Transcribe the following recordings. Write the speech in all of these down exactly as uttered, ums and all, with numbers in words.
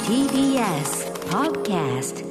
ティービーエス Podcast。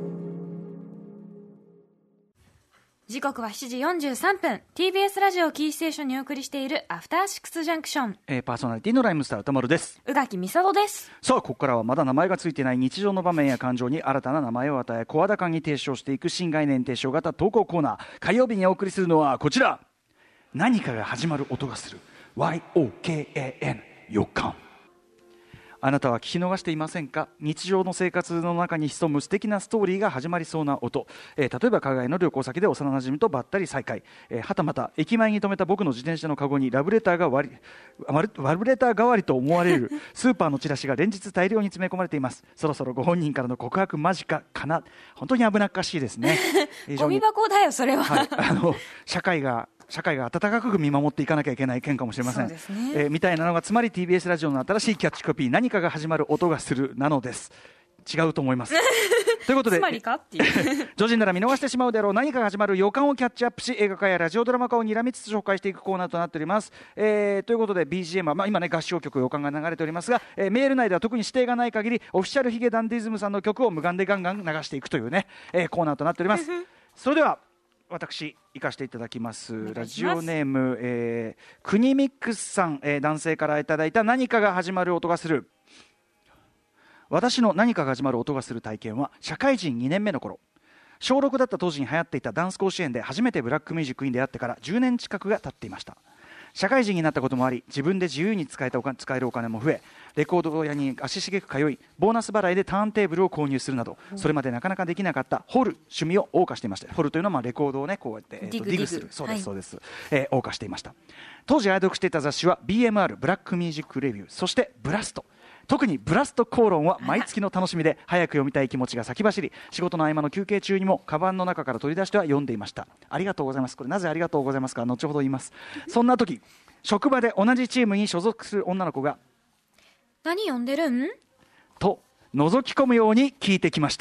時刻はしちじよんじゅうさんぷん、 ティービーエス ラジオキーステーションにお送りしているアフターシックスジャンクション、 えー、パーソナリティのライムスター歌丸です。 宇垣美里です。 さあ、ここからはまだ名前がついていない日常の場面や感情に新たな名前を与え、声高に提唱していく新概念提唱型投稿コーナー。火曜日にお送りするのはこちら、何かが始まる音がする ワイオーケーエーエヌ 予感。あなたは聞き逃していませんか？日常の生活の中に潜む素敵なストーリーが始まりそうな音、えー、例えば海外の旅行先で幼なじみとばったり再会、えー、はたまた駅前に止めた僕の自転車のカゴにラブレターが割りラブレター代わりと思われるスーパーのチラシが連日大量に詰め込まれています。そろそろご本人からの告白間近かな。本当に危なっかしいですね。 ゴミ箱だよそれは、 はい、あの社会が社会が温かく見守っていかなきゃいけない件かもしれません。 そうですね、 えー、みたいなのがつまり ティービーエス ラジオの新しいキャッチコピー、何かが始まる音がするなのです。違うと思いますということで、 つまりかっていう女人なら見逃してしまうであろう何かが始まる予感をキャッチアップし、映画化やラジオドラマ化をにらみつつ紹介していくコーナーとなっております。えー、ということで ビージーエム は、まあ、今ね合唱曲予感が流れておりますが、えー、メール内では特に指定がない限りオフィシャルヒゲダンディズムさんの曲を無言でガンガン流していくというね、えー、コーナーとなっております。それでは私行かせていただきます。ラジオネーム、えー、クニミックスさん、えー、男性からいただいた何かが始まる音がする。私の何かが始まる音がする体験は社会人にねんめの頃、小ろくだった当時に流行っていたダンス甲子園で初めてブラックミュージックに出会ってからじゅうねん近くが経っていました。社会人になったこともあり、自分で自由に使えたお金使えるお金も増え、レコード屋に足しげく通い、ボーナス払いでターンテーブルを購入するなど、それまでなかなかできなかった掘る趣味を謳歌していました。掘るというのはまあレコードをねこうやって、えー、とディグする、そうです、はい、そうです、えー、謳歌していました。当時愛読していた雑誌は ビーエムアール ブラックミュージックレビュー、そしてブラスト。特にブラスト口論は毎月の楽しみで、早く読みたい気持ちが先走り、仕事の合間の休憩中にもカバンの中から取り出しては読んでいました。ありがとうございます。これなぜありがとうございますか、後ほど言います。そんな時、職場で同じチームに所属する女の子が何読んでるんと覗き込むように聞いてきました。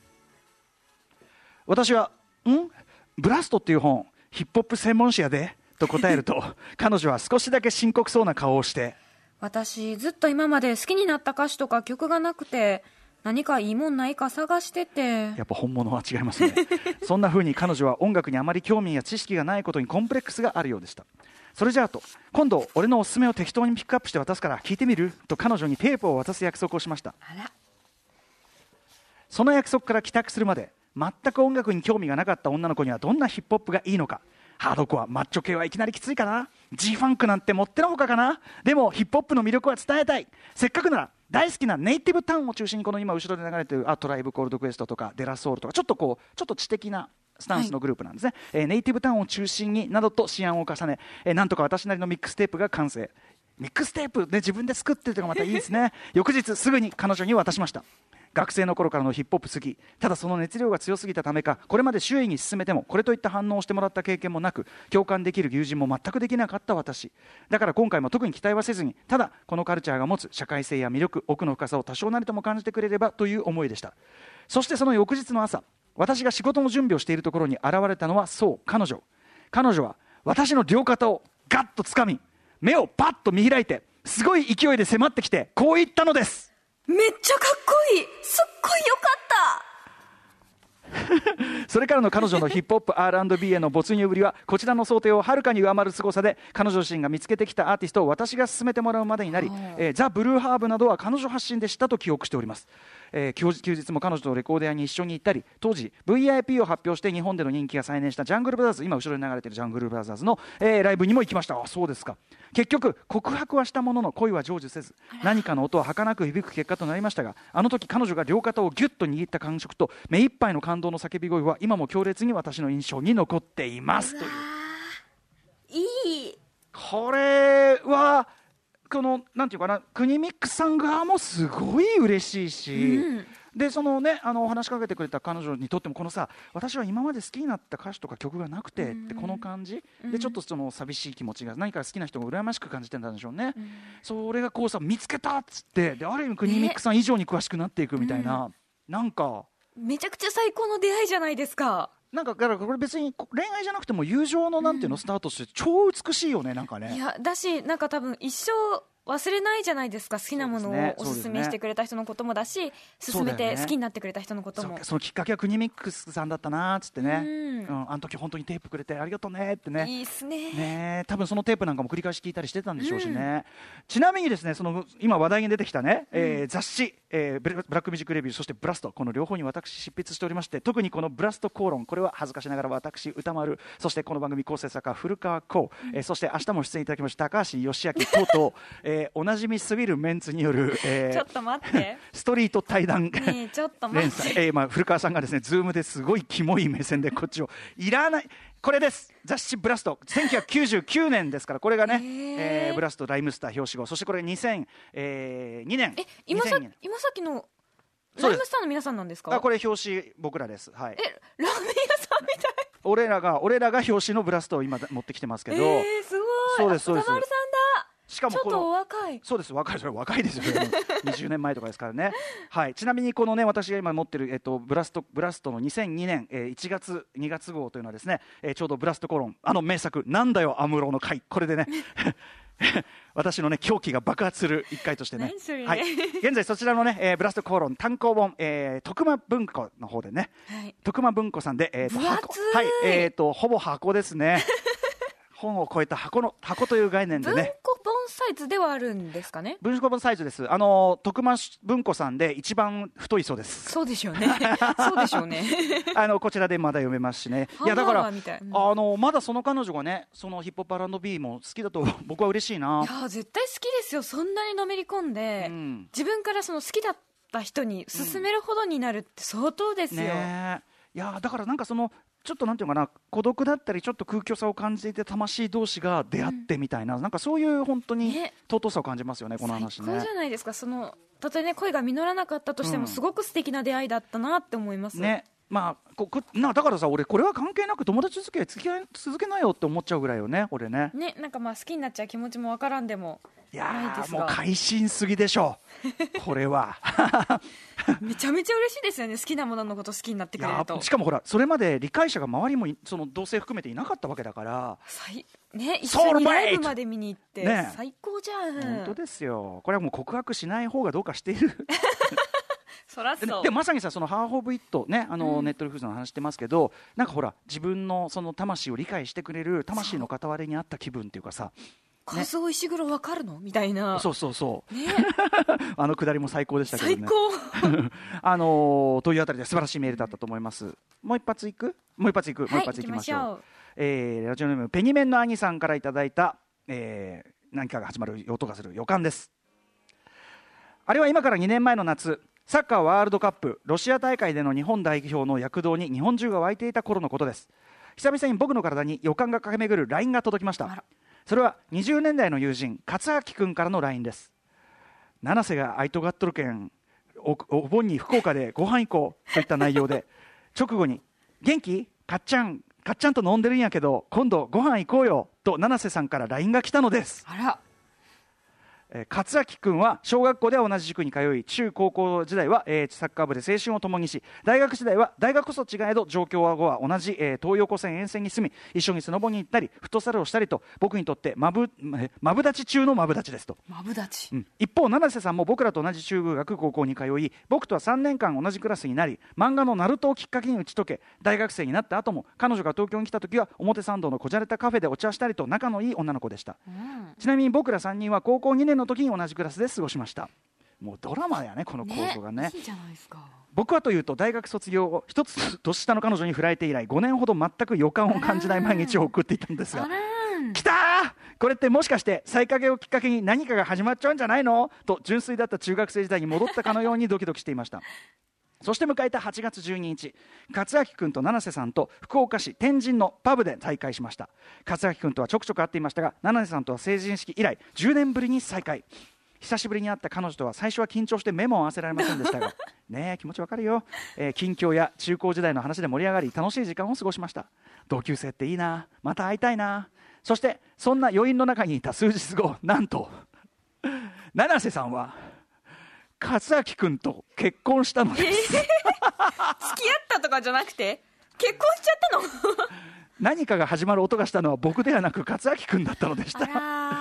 私はんブラストっていう本ヒップホップ専門誌やでと答えると彼女は少しだけ深刻そうな顔をして、 私ずっと今まで好きになった歌詞とか曲がなくて、何かいいもんないか探してて。 やっぱ本物は違いますねそんな風に彼女は音楽にあまり興味や知識がないことにコンプレックスがあるようでした。それじゃあと、今度俺のおすすめを適当にピックアップして渡すから聞いてみると彼女にテープを渡す約束をしました。 あら、 その約束から帰宅するまで全く音楽に興味がなかった女の子にはどんなヒップホップがいいのか、ハードコア、マッチョ系はいきなりきついかな、 G ファンクなんてもってのほかかな、でもヒップホップの魅力は伝えたい、せっかくなら大好きなネイティブタウンを中心に、この今後ろで流れているあトライブコールドクエストとかデラソウルとか、ちょっとこうちょっと知的なスタンスのグループなんですね、はい、えー、ネイティブタウンを中心になどと思案を重ね、えー、なんとか私なりのミックステープが完成。ミックステープで自分で作ってるのがまたいいですね翌日すぐに彼女に渡しました。学生の頃からのヒップホップ好き、ただその熱量が強すぎたためか、これまで周囲に勧めてもこれといった反応をしてもらった経験もなく、共感できる友人も全くできなかった私だから、今回も特に期待はせずに、ただこのカルチャーが持つ社会性や魅力、奥の深さを多少なりとも感じてくれればという思いでした。そしてその翌日の朝、私が仕事の準備をしているところに現れたのは、そう彼女彼女は私の両肩をガッと掴み、目をパッと見開いて、すごい勢いで迫ってきてこう言ったのです。 めっちゃかっこいい、すっごいよかったそれからの彼女のヒップホップ アールアンドビー への没入ぶりはこちらの想定をはるかに上回る凄さで、彼女自身が見つけてきたアーティストを私が勧めてもらうまでになり、えー、ザ・ブルーハーブなどは彼女発信でしたと記憶しております。えー、休日も彼女とレコード屋に一緒に行ったり、当時 ブイアイピー を発表して日本での人気が再燃したジャングルブラザーズ、今後ろに流れているジャングルブラザーズの、えー、ライブにも行きました。あ、そうですか。結局告白はしたものの恋は成就せず、何かの音は儚く響く結果となりましたが、あの時彼女が両肩をギュッと握った感触と目いっぱいの感動の叫び声は今も強烈に私の印象に残っていますという。 いい、 これはこのなんていうかな、クニミックさん側もすごい嬉しいし、うん、でそのね、あのお話しかけてくれた彼女にとっても、このさ、私は今まで好きになった歌手とか曲がなくてってこの感じ、うん、でちょっとその寂しい気持ちが何か好きな人が羨ましく感じてたんでしょうね、うん、それがこうさ見つけたっつって、である意味クニミックさん以上に詳しくなっていくみたいな、うん、なんかめちゃくちゃ最高の出会いじゃないですか。 なんかだからこれ別に恋愛じゃなくても友情のなんていうの、うん、スタートして超美しいよね、なんかね。 いやだし、なんか多分一生忘れないじゃないですか。好きなものをおすすめしてくれた人のこともだし、勧めて好きになってくれた人のことも。 そ, そのきっかけは国ミックスさんだったなっつってね、 うんうん、あの時本当にテープくれてありがとうねってね。 いいっすね。 ね、多分そのテープなんかも繰り返し聞いたりしてたんでしょうしね、うん、ちなみにですね、その今話題に出てきたね、うん、えー、雑誌、えー、ブラックミュージックレビュー、そしてブラスト、この両方に私執筆しておりまして、特にこのブラスト口論、これは恥ずかしながら私歌丸、そしてこの番組構成作家古川光、うん、えー、そして明日も出演いただきました高橋義明等々、えー、おなじみすぎるメンツによる、えー、 ちょっと待ってストリート対談、 ね、ちょっと待って、 えーまあ、古川さんがですね、ズームですごいキモい目線でこっちをいらない、これです、雑誌ブラスト、せんきゅうひゃくきゅうじゅうきゅうねんですから、これがね、えー、ブラストライムスター表紙号、そしてこれにせんにねん、 え 今, さ今さっきのライムスターの皆さんなんですか？ あ、これ表紙僕らです、はい、 えラーメン屋さんみたい。 俺らが俺らが表紙のブラストを今持ってきてますけど、 えー、すごい、 そうですそうです、 歌丸さんだ。 しかもこのちょっとお若い。 そうです、若い、それ若いですよにじゅうねんまえとかですからねはい、ちなみにこのね、私が今持ってる、えっと、ブラストブラストのにせんにねん、えー、いちがつにがつ号というのはですね、えー、ちょうどブラストコロン、あの名作なんだよアムロの回、これでね私のね狂気が爆発する一回としてね、はい、現在そちらのね、えー、ブラストコロン単行本、えー、徳間文庫の方でね、はい、徳間文庫さんで、えー、と分厚い、 はい、えー、とほぼ箱ですね本を超えた箱の箱という概念でね、 文庫本サイズではあるんですかね。 文庫本サイズです。あの徳間文庫さんで一番太いそうです。 そうでしょうねそうでしょうねあのこちらでまだ読めますしね。いやだから、うん、あのまだその彼女がね、そのヒップホップ アールアンドビー も好きだと僕は嬉しいな。 いや絶対好きですよ。そんなにのめり込んで、うん、自分からその好きだった人に勧めるほどになるって相当ですよ、うんね、 いやだからなんかそのちょっとなんていうかな、孤独だったりちょっと空虚さを感じていて魂同士が出会ってみたいな、うん、なんかそういう本当に尊さを感じますよね、この話ね。 最高じゃないですか。そのたとえね恋が実らなかったとしても、すごく素敵な出会いだったなって思います、 ね。まあ、ここなだからさ、俺これは関係なく友達付き合い付き合い続けなよって思っちゃうぐらいよね、俺ね。 ね、なんかまあ好きになっちゃう気持ちもわからんでもいやーもう会心すぎでしょこれはめちゃめちゃ嬉しいですよね、好きなもののこと好きになってくれると。 しかもほら、それまで理解者が周りもその同性含めていなかったわけだから、 ね、一緒にライブまで見に行って、ね、最高じゃん。 本当ですよ。これはもう告白しない方がどうかしているそらそう。 でまさにさ、そのハーフ・オブ・イットね、あの、うん、ネットフリックスの話してますけど、なんかほら自分のその魂を理解してくれる魂の片割れにあった気分っていうかさ、 カズオ石黒わかるのみたいな。 そうそうそう、ね、あのくだりも最高でしたけどね。 最高あのー、というあたりで素晴らしいメールだったと思います。もう一発いくもう一発いく、はい、もう一発いきましょう。行きましょう。えー、ラジオネームペニメンの兄さんからいただいた、えー、何かが始まる音がする予感です。あれは今からにねんまえの夏、サッカーワールドカップロシア大会での日本代表の躍動に日本中が沸いていた頃のことです。久々に僕の体に予感が駆け巡る ライン が届きました。それはにじゅうねんだいの友人勝明君からの ライン です。七瀬が会いとがっとるけん お, お盆に福岡でご飯行こうといった内容で直後に元気かっちゃんかっちゃんと飲んでるんやけど今度ご飯行こうよと七瀬さんから ライン が来たのです。 あら、 勝明君は小学校では同じ塾に通い、中高校時代は、えー、サッカー部で青春を共にし、大学時代は大学こそ違えど状況は後は同じ、えー、東横線沿線に住み、一緒にスノボに行ったりフットサルをしたりと、僕にとってマブマブダチ中のマブダチですと。 マブダチ、 うん、一方七瀬さんも僕らと同じ中学高校に通い、僕とはさんねんかん同じクラスになり、漫画のナルトをきっかけに打ち解け、大学生になった後も彼女が東京に来た時は表参道のこじゃれたカフェでお茶したりと仲のいい女の子でした、うん、ちなみに僕らさんにんは高校にねんの時に同じクラスで過ごしました。もうドラマやね、この構造が ね, ねいいじゃないですか。僕はというと大学卒業後一つ年下の彼女に振られて以来ごねんほど全く予感を感じない毎日を送っていたんですが、きたー、これってもしかして再会をきっかけに何かが始まっちゃうんじゃないのと純粋だった中学生時代に戻ったかのようにドキドキしていました。そして迎えたはちがつじゅうににち、勝明君と七瀬さんと福岡市天神のパブで再会しました。勝明君とはちょくちょく会っていましたが、七瀬さんとは成人式以来じゅうねんぶりに再会。久しぶりに会った彼女とは最初は緊張して目も合わせられませんでしたがねえ気持ちわかるよ、えー、近況や中高時代の話で盛り上がり楽しい時間を過ごしました。同級生っていいな、また会いたいな。そしてそんな余韻の中にいた数日後、なんと七瀬さんは勝明君と結婚したのです、えー、付き合ったとかじゃなくて結婚しちゃったの何かが始まる音がしたのは僕ではなく勝明君だったのでした。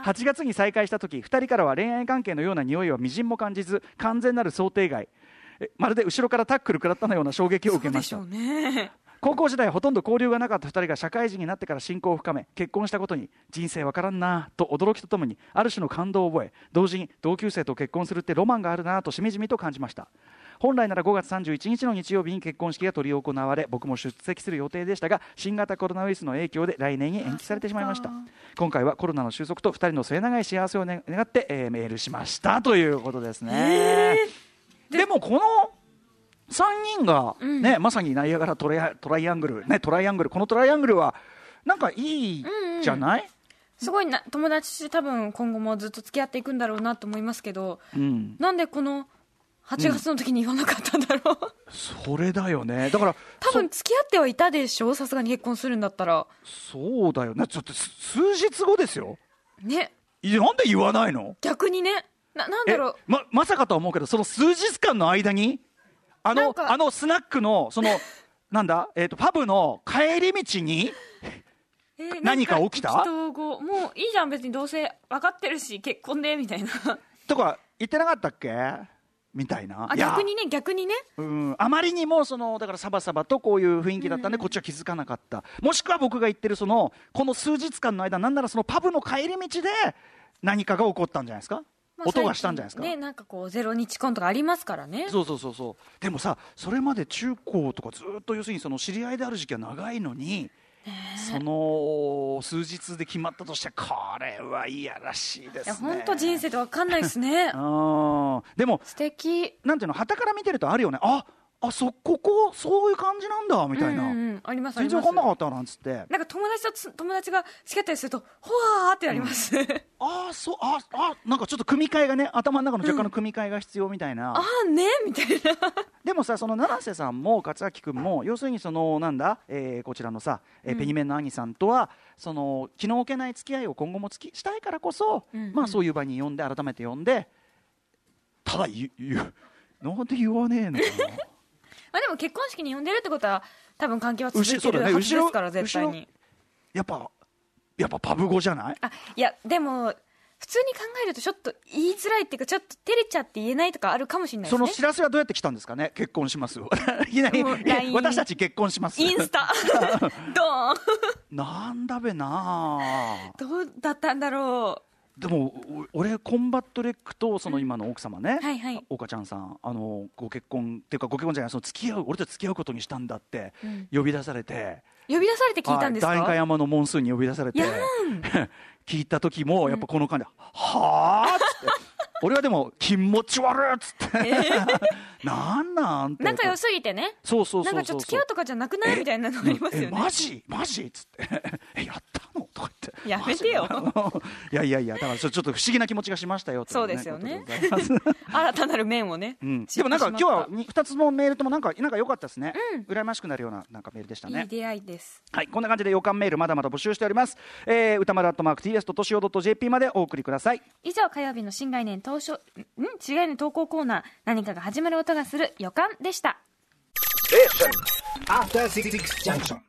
はちがつに再会した時、ふたりからは恋愛関係のような匂いはみじんも感じず、完全なる想定外、えまるで後ろからタックル食らったのような衝撃を受けました。 そうでしょうね。 高校時代ほとんど交流がなかったふたりが社会人になってから親交を深め、結婚したことに人生わからんなと驚きとともにある種の感動を覚え、同時に同級生と結婚するってロマンがあるなとしみじみと感じました。本来ならごがつさんじゅういちにちの日曜日に結婚式が執り行われ、僕も出席する予定でしたが、新型コロナウイルスの影響で来年に延期されてしまいました。今回はコロナの収束とふたりの末永い幸せを願って、えー、メールしましたということですね。で, でもこのさんにんが、ね、うん、まさにナイアガラトライ、トライアングル、ね、トライアングル、このトライアングルはなんかいいじゃない、うんうん、 すごいな、友達で多分今後もずっと付き合っていくんだろうなと思いますけど、 うん、 なんでこのはちがつの時に言わなかったんだろう、うん、 それだよね。だから多分付き合ってはいたでしょ、さすがに結婚するんだったら。 そうだよね。ちょっと数日後ですよね。 なんで言わないの逆にね。 な, なんだろうま, まさかとは思うけど、その数日間の間にあのあのスナックのそのなんだ、えー、とパブの帰り道にえー、何か起きた？ もういいじゃん、別にどうせ分かってるし結婚でみたいなとか言ってなかったっけみたいな。 あ、逆にね、逆にね、 うん、あまりにもそのだからサバサバとこういう雰囲気だったんで、うん、こっちは気づかなかった。もしくは僕が言ってるそのこの数日間の間、なんならそのパブの帰り道で何かが起こったんじゃないですか。まあ、音がしたんじゃないですかね。なんかこうゼロ日婚とかありますからね。 そうそうそうそう。でもさ、それまで中高とかずっと要するにその知り合いである時期は長いのに、その数日で決まったとして、これはいやらしいですね。 本当人生って分かんないですねあでも素敵なんていうの、旗から見てるとあるよね。ああ、そここそういう感じなんだみたいな、 うんうんうん、ありますあります。 全然分かんなかったなんつって、 なんか友達と友達が付き合ったりするとほわーってなります、うん、 あそうああなんかちょっと組み替えがね、頭の中の若干の組み替えが必要みたいな、 うん、ああねみたいなでもさ、その七瀬さんも勝明君も要するにそのなんだ、えー、こちらのさ、えーうん、ペニメンの兄さんとはその気の置けない付き合いを今後もつきしたいからこそ、うんうん、まあそういう場に呼んで改めて呼んで、ただ言うなんで言わねえのかなまあでも結婚式に呼んでるってことは多分関係は続いてるはずですから、ね、絶対にやっぱやっぱパブ語じゃない？ あ、いやでも普通に考えるとちょっと言いづらいっていうか、ちょっと照れちゃって言えないとかあるかもしれないですね。 その知らせはどうやって来たんですかね。結婚しますいきなり私たち結婚しますインスタドーンなんだべな、 どうだったんだろう。 でも俺コンバットレックとその今の奥様ね、 うんはいはい、 岡ちゃんさん、あのご結婚っていうかご結婚じゃない、その付き合う俺たち付き合うことにしたんだって呼び出されて、 うん、呼び出されて聞いたんですか。 代官山の門数に呼び出されて聞いた時もやっぱこの感じで、うん、はあっつって俺はでも気持ち悪いっつって、えー、なんなんて仲良すぎてね。 そうそうそうそう、 なんかちょっと付き合うとかじゃなくないみたいなのありますよね。 マジマジっつってえやったのとか言ってやめてよいやいやいや、だからちょっと不思議な気持ちがしましたよと、ね、 そうですよね新たなる面をね、 うん、でもなんか今日はふたつのメールともなんかなんか良かったですね、うん、羨ましくなるようななんかメールでしたね。 いい出会いです。 はい、こんな感じで予感メールまだまだ募集しております、えー、歌丸アットマーク ティーエス としお .jp までお送りください。 以上、火曜日の新概念当初ん新概念投稿コーナー、何かが始まる音がする予感でした。